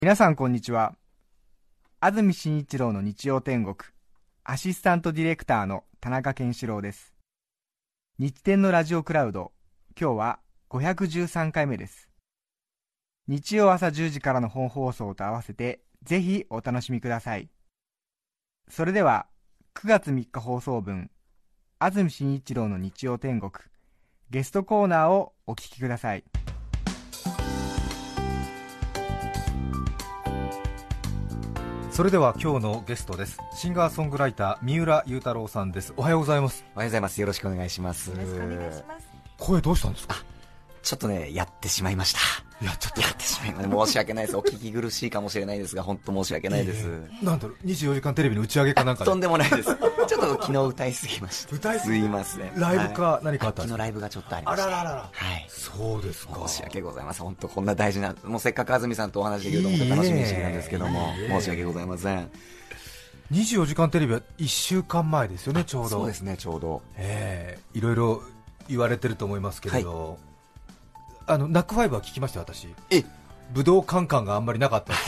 皆さんこんにちは。安住紳一郎の日曜天国アシスタントディレクターの田中健志郎です。日天のラジオクラウド、今日は513回目です。日曜朝10時からの本放送と合わせてぜひお楽しみください。それでは9月3日放送分、安住紳一郎の日曜天国ゲストコーナーをお聞きください。 それでは今日のゲストです。シンガーソングライター三浦祐太朗さんです。おはようございます。 おはようございます。よろしくお願いします。 よろしくお願いします。 声どうしたんですか？ ちょっとね、やってしまいました。 やってしまいました。申し訳ないです。お聞き苦しいかもしれないですが、本当申し訳ないです。 なんだろう、24時間テレビの打ち上げかなんかで。 とんでもないです。ちょっと昨日歌いすぎました。 歌いすぎすいません。 ライブか何かあったんですか？ 昨日ライブがちょっとありました。 あらららら。 はい。 そうですか。 申し訳ございません。本当こんな大事な、もうせっかく安住さんとお話できると思って楽しみにしてきたんですけども、申し訳ございません。 24時間テレビは1週間前ですよね、ちょうど。 そうですね、ちょうど。 いろいろ言われてると思いますけれど、ナックファイブは聞きましたよ、私。武道カンカンがあんまりなかったって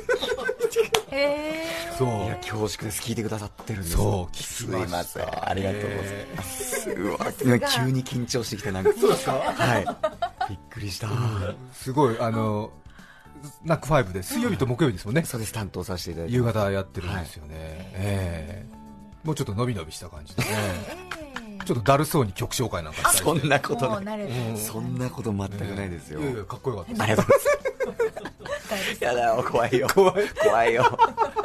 そう、 いや恐縮です。聞いてくださってるんです。 そう、 すいません、ありがとうございます。うわ、急に緊張してきて、なんかそうですか？ はい、びっくりした。 すごい、ナックファイブで水曜日と木曜日ですもんね。 そうです、担当させていただいて夕方やってるんですよね。もうちょっと伸び伸びした感じでねちょっとだるそうに曲紹介なんかしたりして。 そんなことない、そんんなこと全くないですよ。 いやいや、かっこよかったです。 ありがとうございますやだよ、怖いよ、怖いよ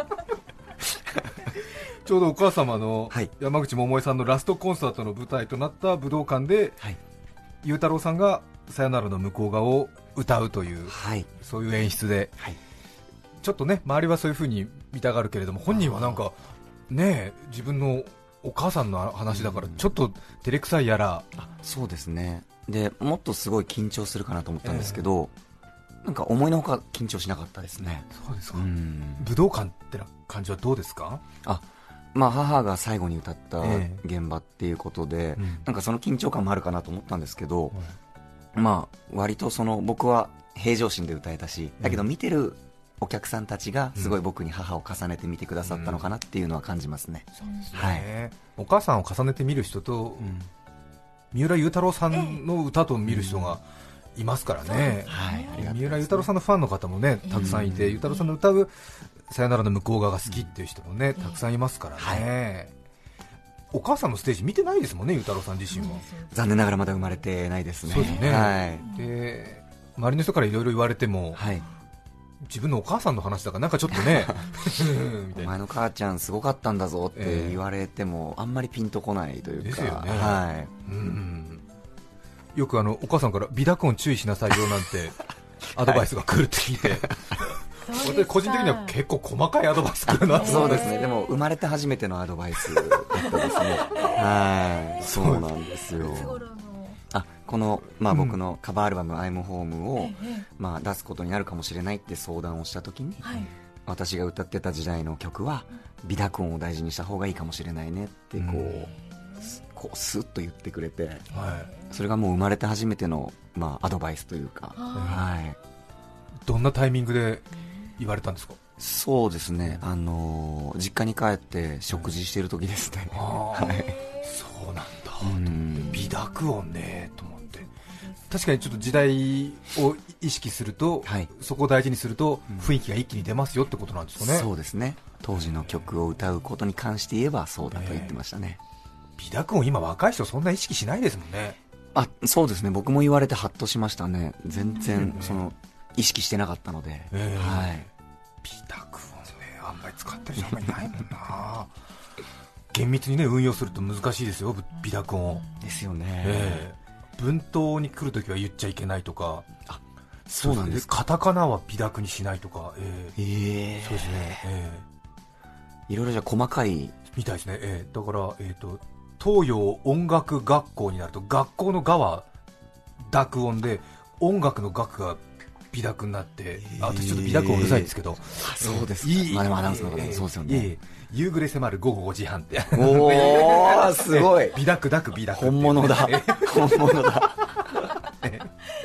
ちょうどお母様の山口百恵さんのラストコンサートの舞台となった武道館で、祐太郎さんがさよならの向こう側を歌うという、そういう演出で、ちょっとね、周りはそういう風に見たがるけれども、本人はなんかね、自分のお母さんの話だからちょっと照れくさいやら。 そうですね。でもっとすごい緊張するかなと思ったんですけど、なんか思いのほか緊張しなかったですね。 そうですか。武道館ってな感じはどうですか？ 母が最後に歌った現場っていうことで、なんかその緊張感もあるかなと思ったんですけど、割と僕は平常心で歌えたし、だけど見てるお客さんたちがすごい僕に母を重ねて見てくださったのかなっていうのは感じますね。 お母さんを重ねて見る人と、三浦祐太朗さんの歌と見る人がいますからね。三浦祐太朗さんのファンの方もね、たくさんいて、祐太郎さんの歌うさよならの向こう側が好きっていう人もね、たくさんいますからね。お母さんのステージ見てないですもんね、祐太郎さん自身は。 残念ながらまだ生まれてないですね。 そうですね。で、周りの人からいろいろ言われても、自分のお母さんの話だからなんかちょっとねお前の母ちゃんすごかったんだぞって言われても、あんまりピンとこないというか。ですよね。 よくお母さんから微濁音注意しなさいよなんてアドバイスが来るって聞いて私個人的には結構細かいアドバイス来るな。 そうですね。でも生まれて初めてのアドバイスだったですね。そうなんですよ。この、僕のカバーアルバム「I'm Home」を、出すことになるかもしれないって相談をしたときに、私が歌ってた時代の曲は微濁音を大事にした方がいいかもしれないねってこうスッと言ってくれて、それがもう生まれて初めての、アドバイスというか。 どんなタイミングで言われたんですか？ そうですね、実家に帰って食事している時ですね。 そうなんだ。微濁音ねと思って。確かにちょっと時代を意識すると、そこを大事にすると雰囲気が一気に出ますよってことなんですかね。 そうですね。当時の曲を歌うことに関して言えばそうだと言ってましたね。 微濁音、今若い人そんな意識しないですもんね。 そうですね。僕も言われてハッとしましたね。全然意識してなかったので。 微濁音ね、あんまり使ってる人あんまりいないもんな厳密にね、運用すると難しいですよ、微濁音ですよね。 文頭に来るときは言っちゃいけないとか。 そうなんですか。 カタカナは微濁にしないとか。そうですね。 いろいろじゃ細かいみたいですね。だから東洋音楽学校になると、学校のがは濁音で音楽の楽が微濁になって、私ちょっと微濁音うるさいですけど。 そうですか。でもアナウンスの方そうですよね。 夕暮れ迫る午後5時半って。 おー、すごい。 微濁濁微濁。 本物だ。本物だ。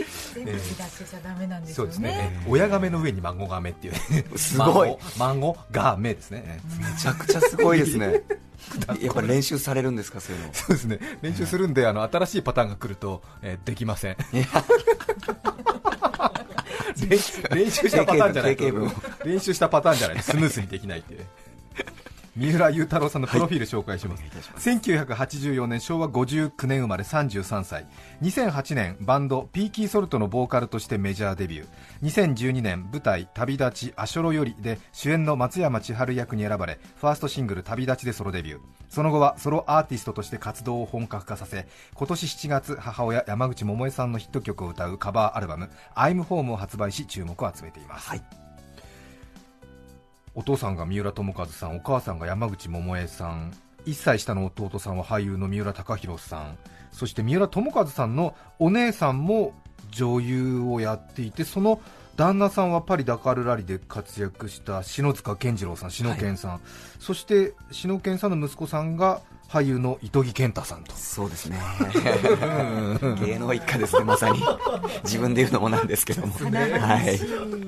打ち出しちゃダメなんですよね。 そうですね。親亀の上に孫亀っていうすごい孫がめですね。 めちゃくちゃすごいですね。やっぱり練習されるんですか、そういうの。 そうですね、練習するんで、新しいパターンが来ると、できません。練習したパターンじゃないと、練習したパターンじゃないとスムーズにできないっていう。三浦雄太郎さんのプロフィール紹介します。1984年昭和59年生まれ33歳。2008年バンドピーキーソルトのボーカルとしてメジャーデビュー。2012年舞台旅立ちアショロよりで主演の松山千春役に選ばれ、ファーストシングル旅立ちでソロデビュー。その後はソロアーティストとして活動を本格化させ、今年7月母親山口百恵さんのヒット曲を歌うカバーアルバム I'm Home を発売し注目を集めています。はい、お父さんが三浦友和さん、お母さんが山口百恵さん、1歳下の弟さんは俳優の三浦貴大さん、そして三浦友和さんのお姉さんも女優をやっていて、その旦那さんはパリダカールラリーで活躍した篠塚健次郎さん、篠健さん、はい、そして篠健さんの息子さんが俳優の糸木健太さんと。 そうですね芸能一家ですね、まさに。自分で言うのもなんですけども、はい、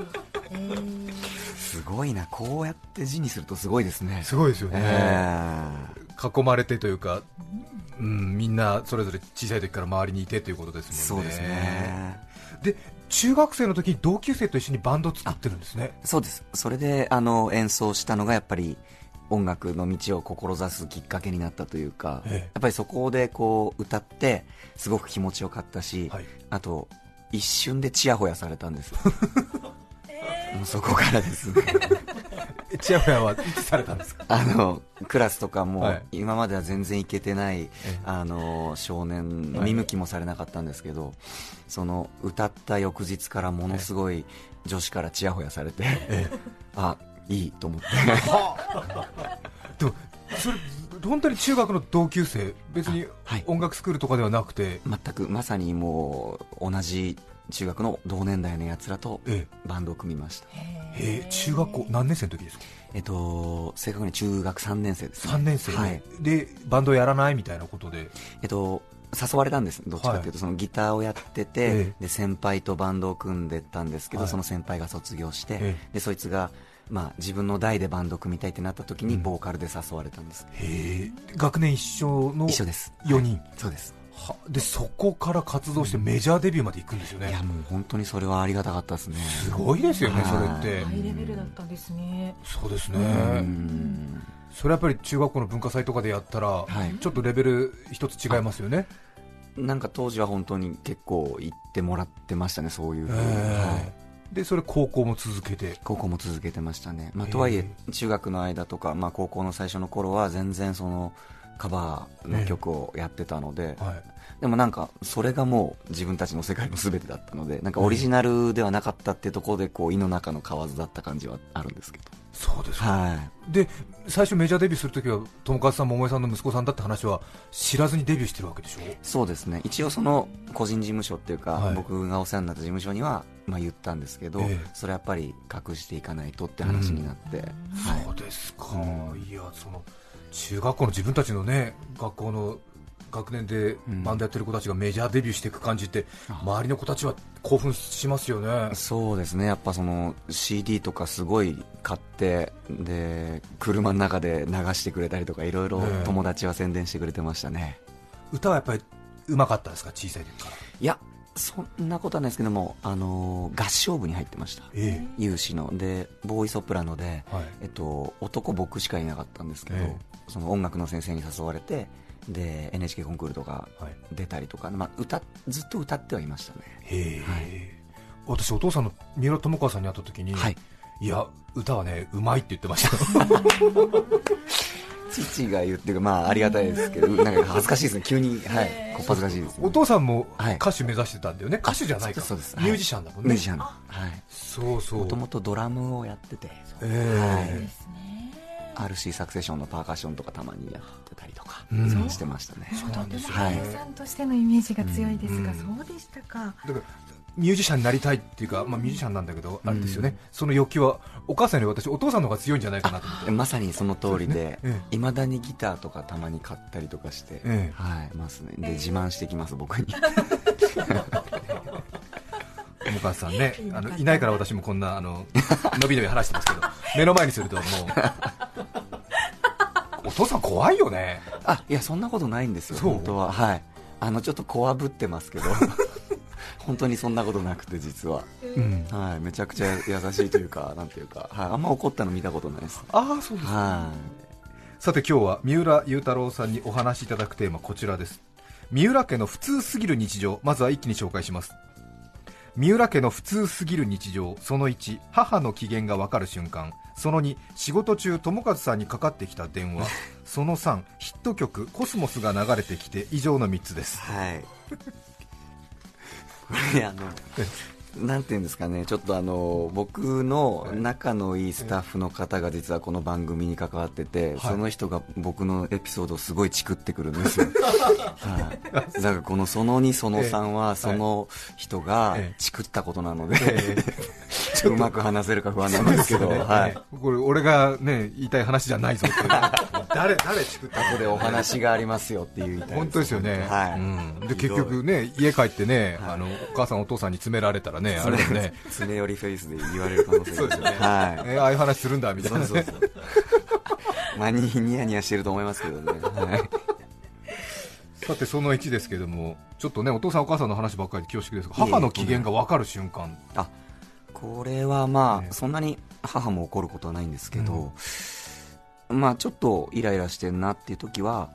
すごいな、こうやって字にするとすごいですね。 すごいですよね、囲まれてというか、みんなそれぞれ小さい時から周りにいてということですもんね。 そうですね。 で、中学生の時に同級生と一緒にバンドを作ってるんですね。 そうです。それで演奏したのがやっぱり音楽の道を志すきっかけになったというか、やっぱりそこでこう歌ってすごく気持ちよかったし、はい、あと一瞬でチヤホヤされたんですもうそこからですねチヤホヤはいつされたんですか？ クラスとかも今までは全然イケてない、少年、見向きもされなかったんですけど、その歌った翌日からものすごい女子からチヤホヤされて、あ、いいと思ってでもそれ本当に中学の同級生、別に音楽スクールとかではなくて、 全くまさにもう同じ中学の同年代のやつらとバンドを組みました。 中学校何年生の時ですか？ 正確に中学3年生ですね。 3年生、はい、でバンドやらないみたいなことで、 誘われたんです。どっちかというと、そのギターをやってて、で先輩とバンドを組んでたんですけど、その先輩が卒業して、でそいつが自分の代でバンド組みたいってなった時にボーカルで誘われたんです。 学年一緒の一緒です。 4人、 そうです。 でそこから活動してメジャーデビューまで行くんですよね。 いや、もう本当にそれはありがたかったですね。 すごいですよね、それってハイレベルだったんですね。 そうですね。それやっぱり中学校の文化祭とかでやったら、ちょっとレベル一つ違いますよね。 なんか当時は本当に結構行ってもらってましたね、そういう、 でそれ高校も続けてましたね。とはいえ中学の間とか、高校の最初の頃は全然そのカバーの曲をやってたので、でもなんかそれがもう自分たちの世界の全てだったので、なんかオリジナルではなかったっていうところでこう胃の中の蛙だった感じはあるんですけど。 そうですか、で最初メジャーデビューするときは友和さん、桃江さんの息子さんだって話は知らずにデビューしてるわけでしょ？ そうですね。一応その個人事務所っていうか、僕がお世話になった事務所には言ったんですけど、それやっぱり隠していかないとって話になって、 そうですか、いや、その中学校の自分たちのね、学校の学年でバンドやってる子たちがメジャーデビューしていく感じって、周りの子たちは興奮しますよね。 そうですね。やっぱその CD とかすごい買って、で車の中で流してくれたりとか、いろいろ友達は宣伝してくれてましたね。 歌はやっぱりうまかったですか、小さい時から？ いや、そんなことはないですけども、合唱部に入ってました、有志ので、ボーイソプラノで、男僕しかいなかったんですけど、その音楽の先生に誘われて、で NHK コンクールとか出たりとか、ずっと歌ってはいましたね。 私、お父さんの三浦友和さんに会った時に、いや、歌はね、うまいって言ってました父が言ってる、ありがたいですけど、なんか恥ずかしいですね、急に、こっぱ恥ずかしいです、ね。 お父さんも歌手目指してたんだよね。歌手じゃないか、 そうです、 ミュージシャンだもんね。 ミュージシャン、 そうそう、 もともとドラムをやってて、RC サクセションのパーカッションとかたまにやってたりとかしてましたね。 そうなんですね。俳優さんとしてのイメージが強いですが、そうでしたか。 だからミュージシャンになりたいっていうか、ミュージシャンなんだけど、あれですよね、その欲求はお母さんより私、お父さんの方が強いんじゃないかなと思って。 まさにその通りで、いまだにギターとかたまに買ったりとかして、ますね。で自慢してきます、僕に友和さんね、いないから私もこんなのびのび話してますけど、目の前にするともうお父さん怖いよね。 いやそんなことないんですよ本当は。はい、ちょっとこわぶってますけど本当にそんなことなくて実は、はい、めちゃくちゃ優しいというかなんていうか、はい、あんま怒ったの見たことないです。 そうですか。はい、さて今日は三浦雄太郎さんにお話しいただくテーマこちらです。三浦家の普通すぎる日常、まずは一気に紹介します。三浦家の普通すぎる日常、その1、母の機嫌がわかる瞬間、その2、仕事中友和さんにかかってきた電話その3、ヒット曲コスモスが流れてきて、以上の3つです。 はいこれなんていうんですかね、ちょっと僕の仲のいいスタッフの方が実はこの番組に関わってて、その人が僕のエピソードをすごいチクってくるんですよ、はい、だからこのその2その3はその人がチクったことなので、うまく話せるか不安なんですけど、はい、 これ俺がね言いたい話じゃないぞっていう誰チクった後でお話がありますよっていう本当ですよね、 はい、 で結局ね家帰ってね、お母さんお父さんに詰められたらね、あれだね、 詰め寄りフェイスで言われる可能性そうですよね、ああいう話するんだみたいなね、そうニヤニヤしてると思いますけどね、はい、 さてその1ですけども、ちょっとねお父さんお母さんの話ばっかりで恐縮ですが、母の機嫌が分かる瞬間、 これはそんなに母も怒ることはないんですけど、ちょっとイライラしてるなっていう時は、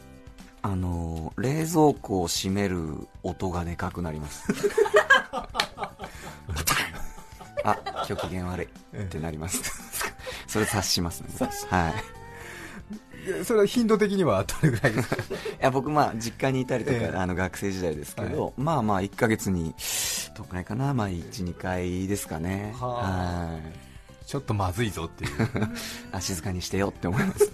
冷蔵庫を閉める音がでかくなります今日機嫌悪いってなりますそれ察しますね、はい、 それは頻度的にはどれぐらいですか？ いや僕実家にいたりとか、学生時代ですけど、1ヶ月にどっくらいかな、1、2回ですかね。はい、 ちょっとまずいぞっていう静かにしてよって思います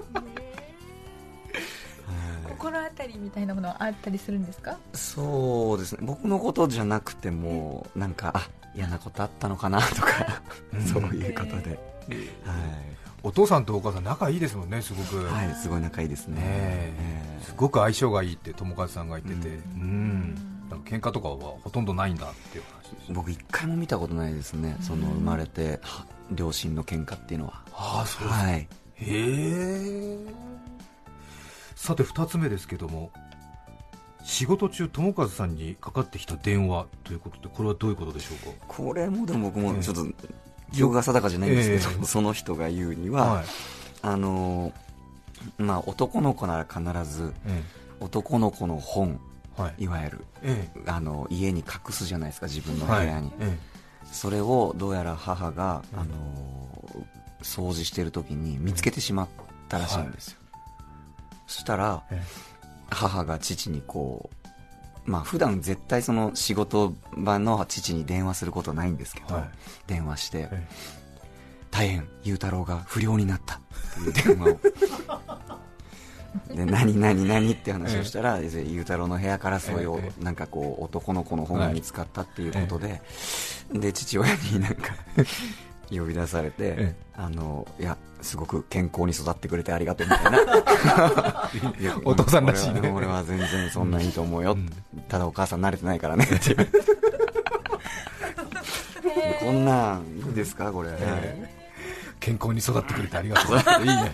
心当たりみたいなものはあったりするんですか？ そうですね、僕のことじゃなくてもなんか嫌なことあったのかなとかそういうことで、 お父さんとお母さん仲いいですもんね、すごく。 はい、すごい仲いいですね、 すごく相性がいいって友和さんが言ってて、なんか喧嘩とかはほとんどないんだっていう話です。 僕一回も見たことないですね、その生まれて両親の喧嘩っていうのは。 そうですか、へえ。さて2つ目ですけども、仕事中友和さんにかかってきた電話ということで、これはどういうことでしょうか？ これもでも僕もちょっと記憶が定かじゃないんですけど、その人が言うには、男の子なら必ず、男の子の本、いわゆる、家に隠すじゃないですか、自分の部屋に、それをどうやら母が、掃除してる時に見つけてしまったらしいんですよ。そしたら、母が父に普段絶対その仕事場の父に電話することはないんですけど、電話して、大変雄太郎が不良になったっていう電話をで何って話をしたら、雄太郎の部屋からそういうなんか男の子の本が見つかったっていうことで、で父親になんか呼び出されて、いやすごく健康に育ってくれてありがとうみたいなお父さんらしいね。 俺は全然そんないいと思うよ、ただお母さん慣れてないからねっていうこんなんいいですかこれ、 健康に育ってくれてありがとういいね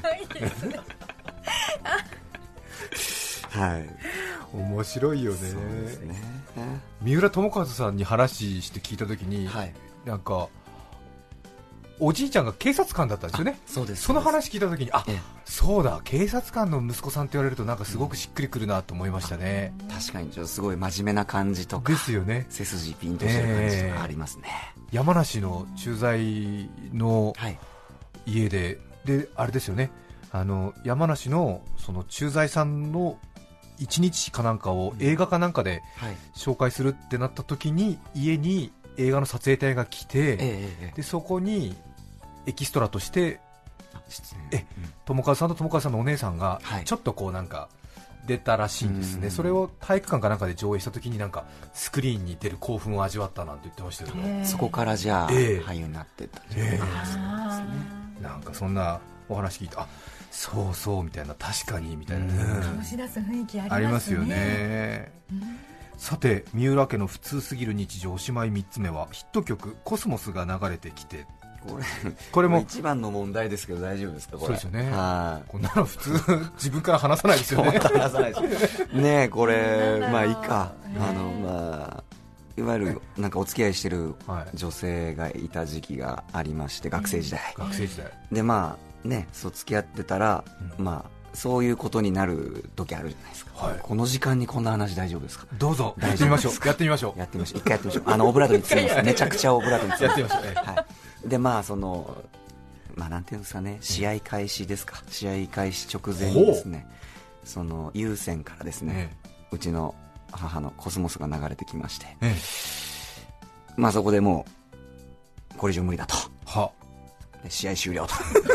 はい、 面白いよね。 そうですね。 三浦友和さんに話して聞いたときに、なんかおじいちゃんが警察官だったんですよね。 そうです。 その話聞いたときに、そうだ、警察官の息子さんって言われるとなんかすごくしっくりくるなと思いましたね。 確かにちょっとすごい真面目な感じとかですよね。 背筋ピンとしてる感じとかありますね。 山梨の駐在の家で、あれですよね、山梨のその駐在さんの一日かなんかを映画かなんかで紹介するってなった時に、家に映画の撮影隊が来て、でそこにエキストラとして友和さんと友和さんのお姉さんがちょっとなんか出たらしいんですね。それを体育館かなんかで上映した時になんかスクリーンに出る興奮を味わったなんて言ってましたけど、 そこからじゃあ俳優になってたんですね。 なんかそんなお話聞いて、そうそうみたいな、確かにみたいな、 醸し出す雰囲気ありますね。 ありますよね。 さて三浦家の普通すぎる日常おしまい3つ目はヒット曲コスモスが流れてきて、これも一番の問題ですけど大丈夫ですかこれ。 そうですよね、こんなの普通自分から話さないですよね話さないですねこれまあいいか、まあいわゆるなんかお付き合いしてる女性がいた時期がありまして、学生時代で、まあね、そう付き合ってたら、まあそういうことになる時あるじゃないですか、この時間にこんな話大丈夫ですか。 どうぞやってみましょう一回やってみましょうオブラートに包みますめちゃくちゃオブラートに包みますやってみましょう、 でまあそのまあなんていうんですかね、試合開始ですか、試合開始直前にですね、その有線からですね、うちの母のコスモスが流れてきまして、まあそこでもうこれ以上無理だと、で試合終了と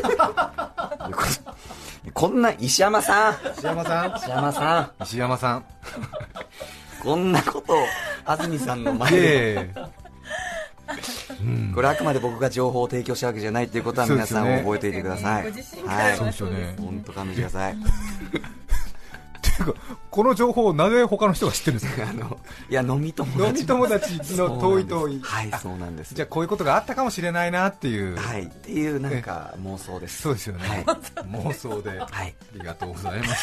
こんな石山さんこんなことを安住さんの前でこれあくまで僕が情報を提供したわけじゃないということは皆さん覚えておいてください。 そうですよね、 本当勘弁してくださいこの情報をなぜ他の人が知ってるんですかいや飲み友達の遠いはい、そうなんです。 じゃあこういうことがあったかもしれないなっていう、 はいっていうなんか妄想です。 そうですよね、妄想で、ありがとうございま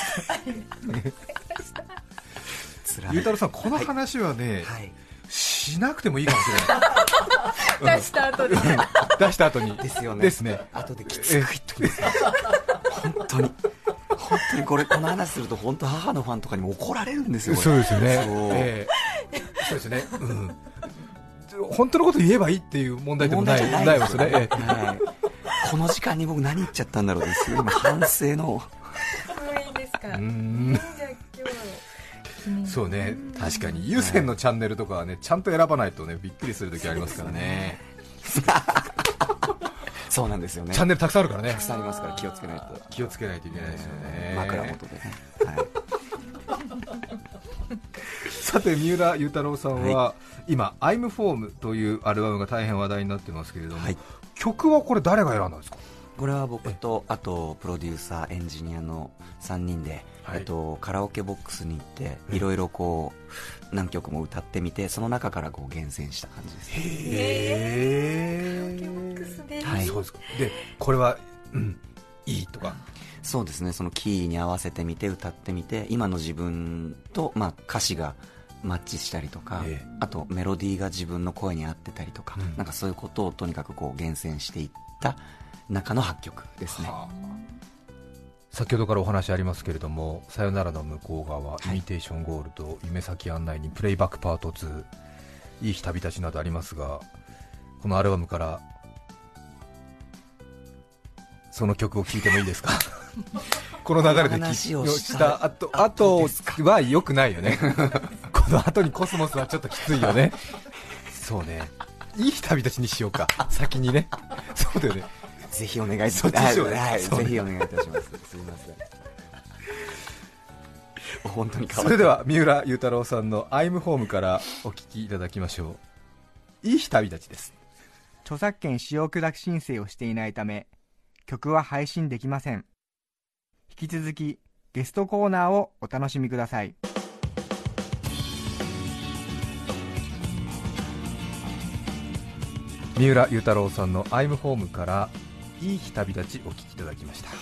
したゆうたろうさん、この話はね、しなくてもいいかもしれない出した後にですよね。 ですね。 後できつく言っときます本当にこの話すると本当母のファンとかにも怒られるんですよ。 そうですよね、そうですね、本当のこと言えばいいっていう問題でもないですよね、 この時間に僕何言っちゃったんだろうですよ、今反省のいいですか。 そうね、確かに有線のチャンネルとかはね、ちゃんと選ばないとね、びっくりするときありますからねそうなんですよね、 チャンネルたくさんあるからね、 たくさんありますから気をつけないといけないですよね、 枕元でね、 さて三浦祐太朗さんは、今 I'm Home というアルバムが大変話題になってますけれども、曲はこれ誰が選んだんですか。 これは僕とあとプロデューサーエンジニアの3人で、カラオケボックスに行っていろいろこう何曲も歌ってみて、その中からこう厳選した感じです。 そうですか。でこれは、いいとか。 そうですね、そのキーに合わせてみて歌ってみて、今の自分と、まあ、歌詞がマッチしたりとか、あとメロディーが自分の声に合ってたりとか、なんかそういうことをとにかくこう厳選していった中の8曲ですね。 先ほどからお話ありますけれども、さよならの向こう側、イミテーションゴールド、夢先案内にプレイバックパート2、いい日旅立ちなどありますが、このアルバムからその曲を聴いてもいいですかこの流れでした後は良くないよねこの後にコスモスはちょっときついよねそうね、いい日旅立ちにしようか先にねそうだよね、 ぜひお願いします。ぜひお願いいたします。すみません。本当にそれでは三浦祐太朗さんの I'm Home からお聞きいただきましょう。いい日旅立ちです。 著作権使用許諾申請をしていないため曲は配信できません。引き続きゲストコーナーをお楽しみください。 三浦祐太朗さんの I'm Home からいい日旅立ちお聞きいただきました。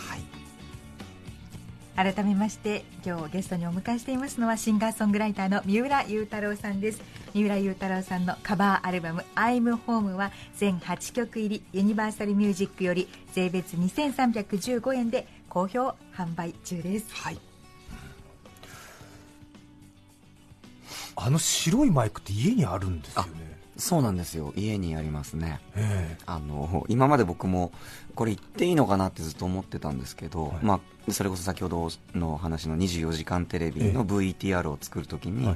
改めまして今日ゲストにお迎えしていますのはシンガーソングライターの三浦祐太朗さんです。三浦祐太朗さんのカバーアルバム I'm Home は全8曲入りユニバーサルミュージックより税別2315円で好評販売中です。 あの白いマイクって家にあるんですよね。 そうなんですよ、家にありますね。今まで僕もこれ言っていいのかなってずっと思ってたんですけど、まあ、それこそ先ほどの話の24時間テレビの VTR を作るときに、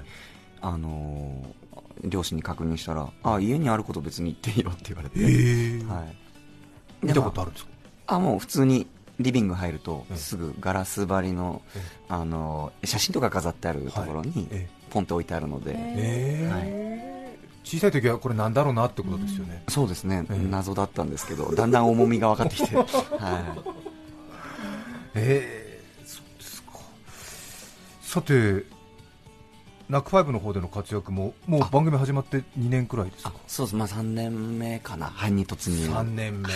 両親に確認したら、家にあること別に言っていいよって言われて、 見たことあるんですか。 もう普通にリビング入るとすぐガラス張りの、写真とか飾ってあるところにポンと置いてあるので、 小さい時はこれなんだろうなってことですよね。 そうですね、謎だったんですけどだんだん重みが分かってきてそうですか。さてナックファイブの方での活躍ももう番組始まって2年くらいですか？ そうです、3年目かな、はい、に突入。 3年目、 はい、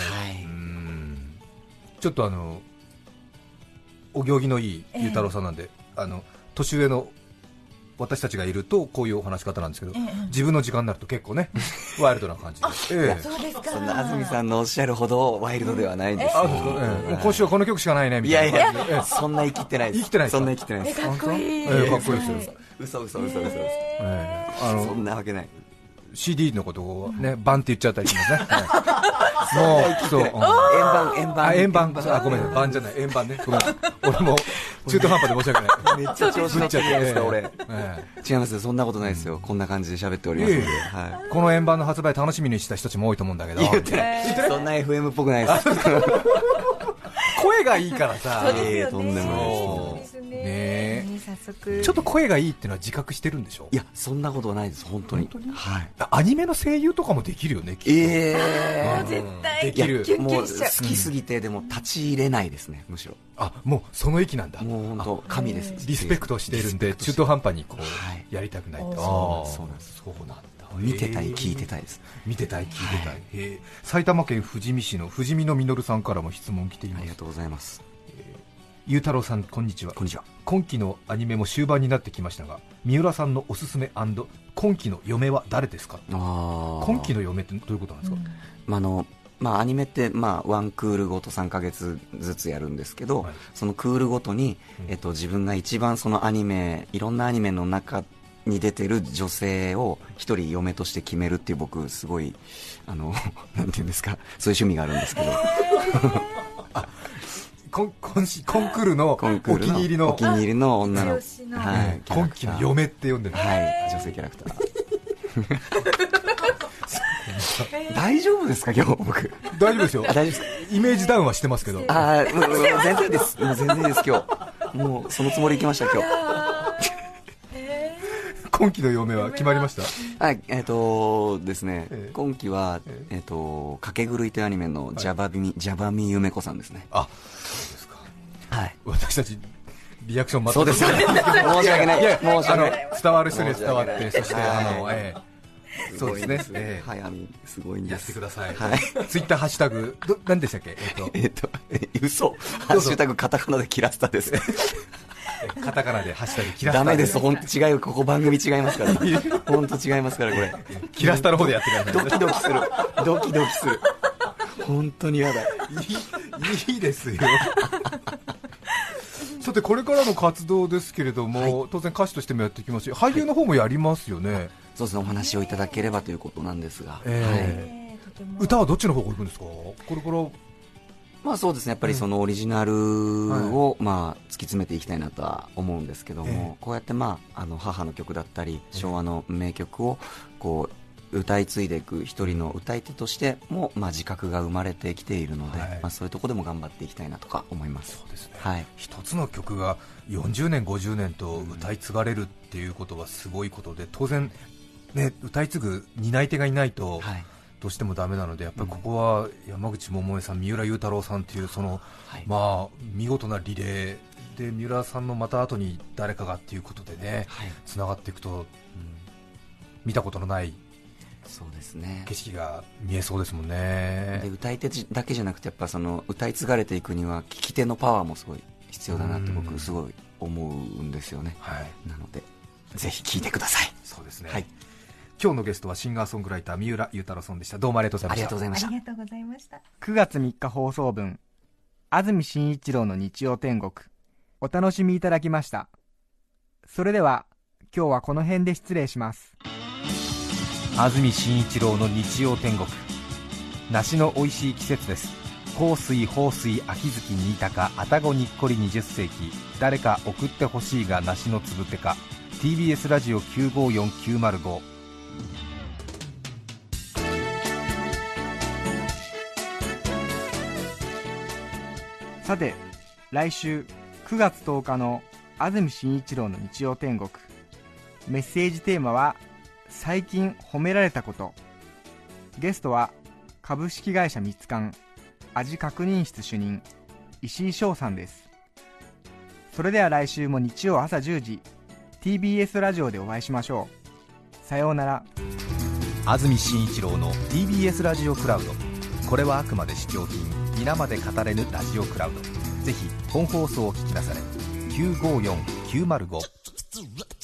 ちょっとお行儀のいいゆうたろうさんなんで、年上の私たちがいるとこういうお話し方なんですけど、自分の時間になると結構ねワイルドな感じで、 そうですか。 そんな安住さんのおっしゃるほどワイルドではないんですよ。 もう今週はこの曲しかないねみたいな。 いやいや、そんな生きてないです。 生きてないですか？ そんな生きてないです。 かっこいい。 かっこいいですよ。 嘘そんなわけない。 CD のことをね、バンって言っちゃったりしますね。もうそう、円盤、ごめん、盤じゃない、円盤ね。ごめん、俺も中途半端で申し訳ない。 めっちゃ調子乗っちゃってますか、俺。違いますよ、そんなことないですよ。こんな感じで喋っておりますので。 この円盤の発売楽しみにした人たちも多いと思うんだけど。 言ってない。そんな FM っぽくないです。 声がいいからさ。 とんでもないですね。ちょっと声がいいっていうのは自覚してるんでしょ？ いや、そんなことはないです、本当に。 はい。アニメの声優とかもできるよね、きっと。 絶対できる。 もう好きすぎてでも立ち入れないですね、むしろ。 もうその域なんだ。 もう本当神です。 リスペクトしているんで中途半端にこうやりたくないと。 そうなんです。 そうなんだ。 見てたい聞いてたいです。 見てたい聞いてたい。埼玉県富士見市の富士見のみのるさんからも質問来ています。 ありがとうございます。 ゆうたろうさん、こんにちは。 こんにちは。 今期のアニメも終盤になってきましたが、三浦さんのおすすめ&今期の嫁は誰ですか？今期の嫁ってどういうことなんですか？ アニメってワンクールごと3ヶ月ずつやるんですけど、そのクールごとに、自分が一番そのアニメ、いろんなアニメの中に出てる女性を一人嫁として決めるっていう、僕すごいなんていうんですか、そういう趣味があるんですけどコンクールのお気に入りの女の、 今期の嫁って呼んでる、 女性キャラクター大丈夫ですか今日僕？ 大丈夫ですよ。 大丈夫ですか？ イメージダウンはしてますけど。 全然です。もう全然です今日。もうそのつもりいきました今日。 今期の嫁は決まりました？ ですね、今期はかけ狂いというアニメのジャバミゆめこさんですね。 そうですか。 はい。 私たちリアクション全くそうですよね。申し訳ない。 伝わる人に伝わって、そしてそうですね。 すごいんです。 やってください。ツイッターハッシュタグ何でしたっけ？ 嘘。ハッシュタグカタカナでキラスタです。 カタカナでハッシュタグキラスタ。 ダメです。本当違う。ここ番組違いますから。本当違いますからこれ。 キラスタの方でやってください。 ドキドキする。ドキドキする。本当にやだ。 いいですよ。さてこれからの活動ですけれども、当然歌手としてもやっていきますし、俳優の方もやりますよね。 そうですね、お話をいただければということなんですが、 歌はどっちの方向行くんですか？これからそうですね、やっぱりそのオリジナルを突き詰めていきたいなとは思うんですけども、こうやって母の曲だったり昭和の名曲をこう歌い継いでいく一人の歌い手としても自覚が生まれてきているので、そういうところでも頑張っていきたいなとか思います。 そうですね。一つの曲が40年50年と歌い継がれるっていうことはすごいことで、当然ね、歌い継ぐ担い手がいないとどうしてもダメなので、やっぱりここは山口百恵さん、三浦祐太朗さんというその、見事なリレーで、三浦さんのまた後に誰かがっていうことでね、つながっていくと、見たことのないそうですね、 景色が見えそうですもんね。 で歌い手だけじゃなくて、やっぱその歌い継がれていくには聴き手のパワーもすごい必要だなって僕すごい思うんですよね。なのでぜひ聴いてください。 そうですね。今日のゲストはシンガーソングライター三浦祐太朗さんでした。どうもありがとうございました。 ありがとうございました。 9月3日放送分、安住紳一郎の日曜天国、お楽しみいただきました。それでは今日はこの辺で失礼します。 安住紳一郎の日曜天国、梨の美味しい季節です。香水豊水秋月新高愛宕にっこり20世紀、誰か送ってほしいが梨のつぶてか。 TBS ラジオ954905。 さて来週9月10日の安住紳一郎の日曜天国、メッセージテーマは最近褒められたこと。ゲストは株式会社ミツカン味確認室主任石井翔さんです。それでは来週も日曜朝10時 TBS ラジオでお会いしましょう。さようなら。 安住紳一郎の TBS ラジオクラウド。これはあくまで試供品、皆まで語れぬラジオクラウド。ぜひ本放送を聞きなされ。954905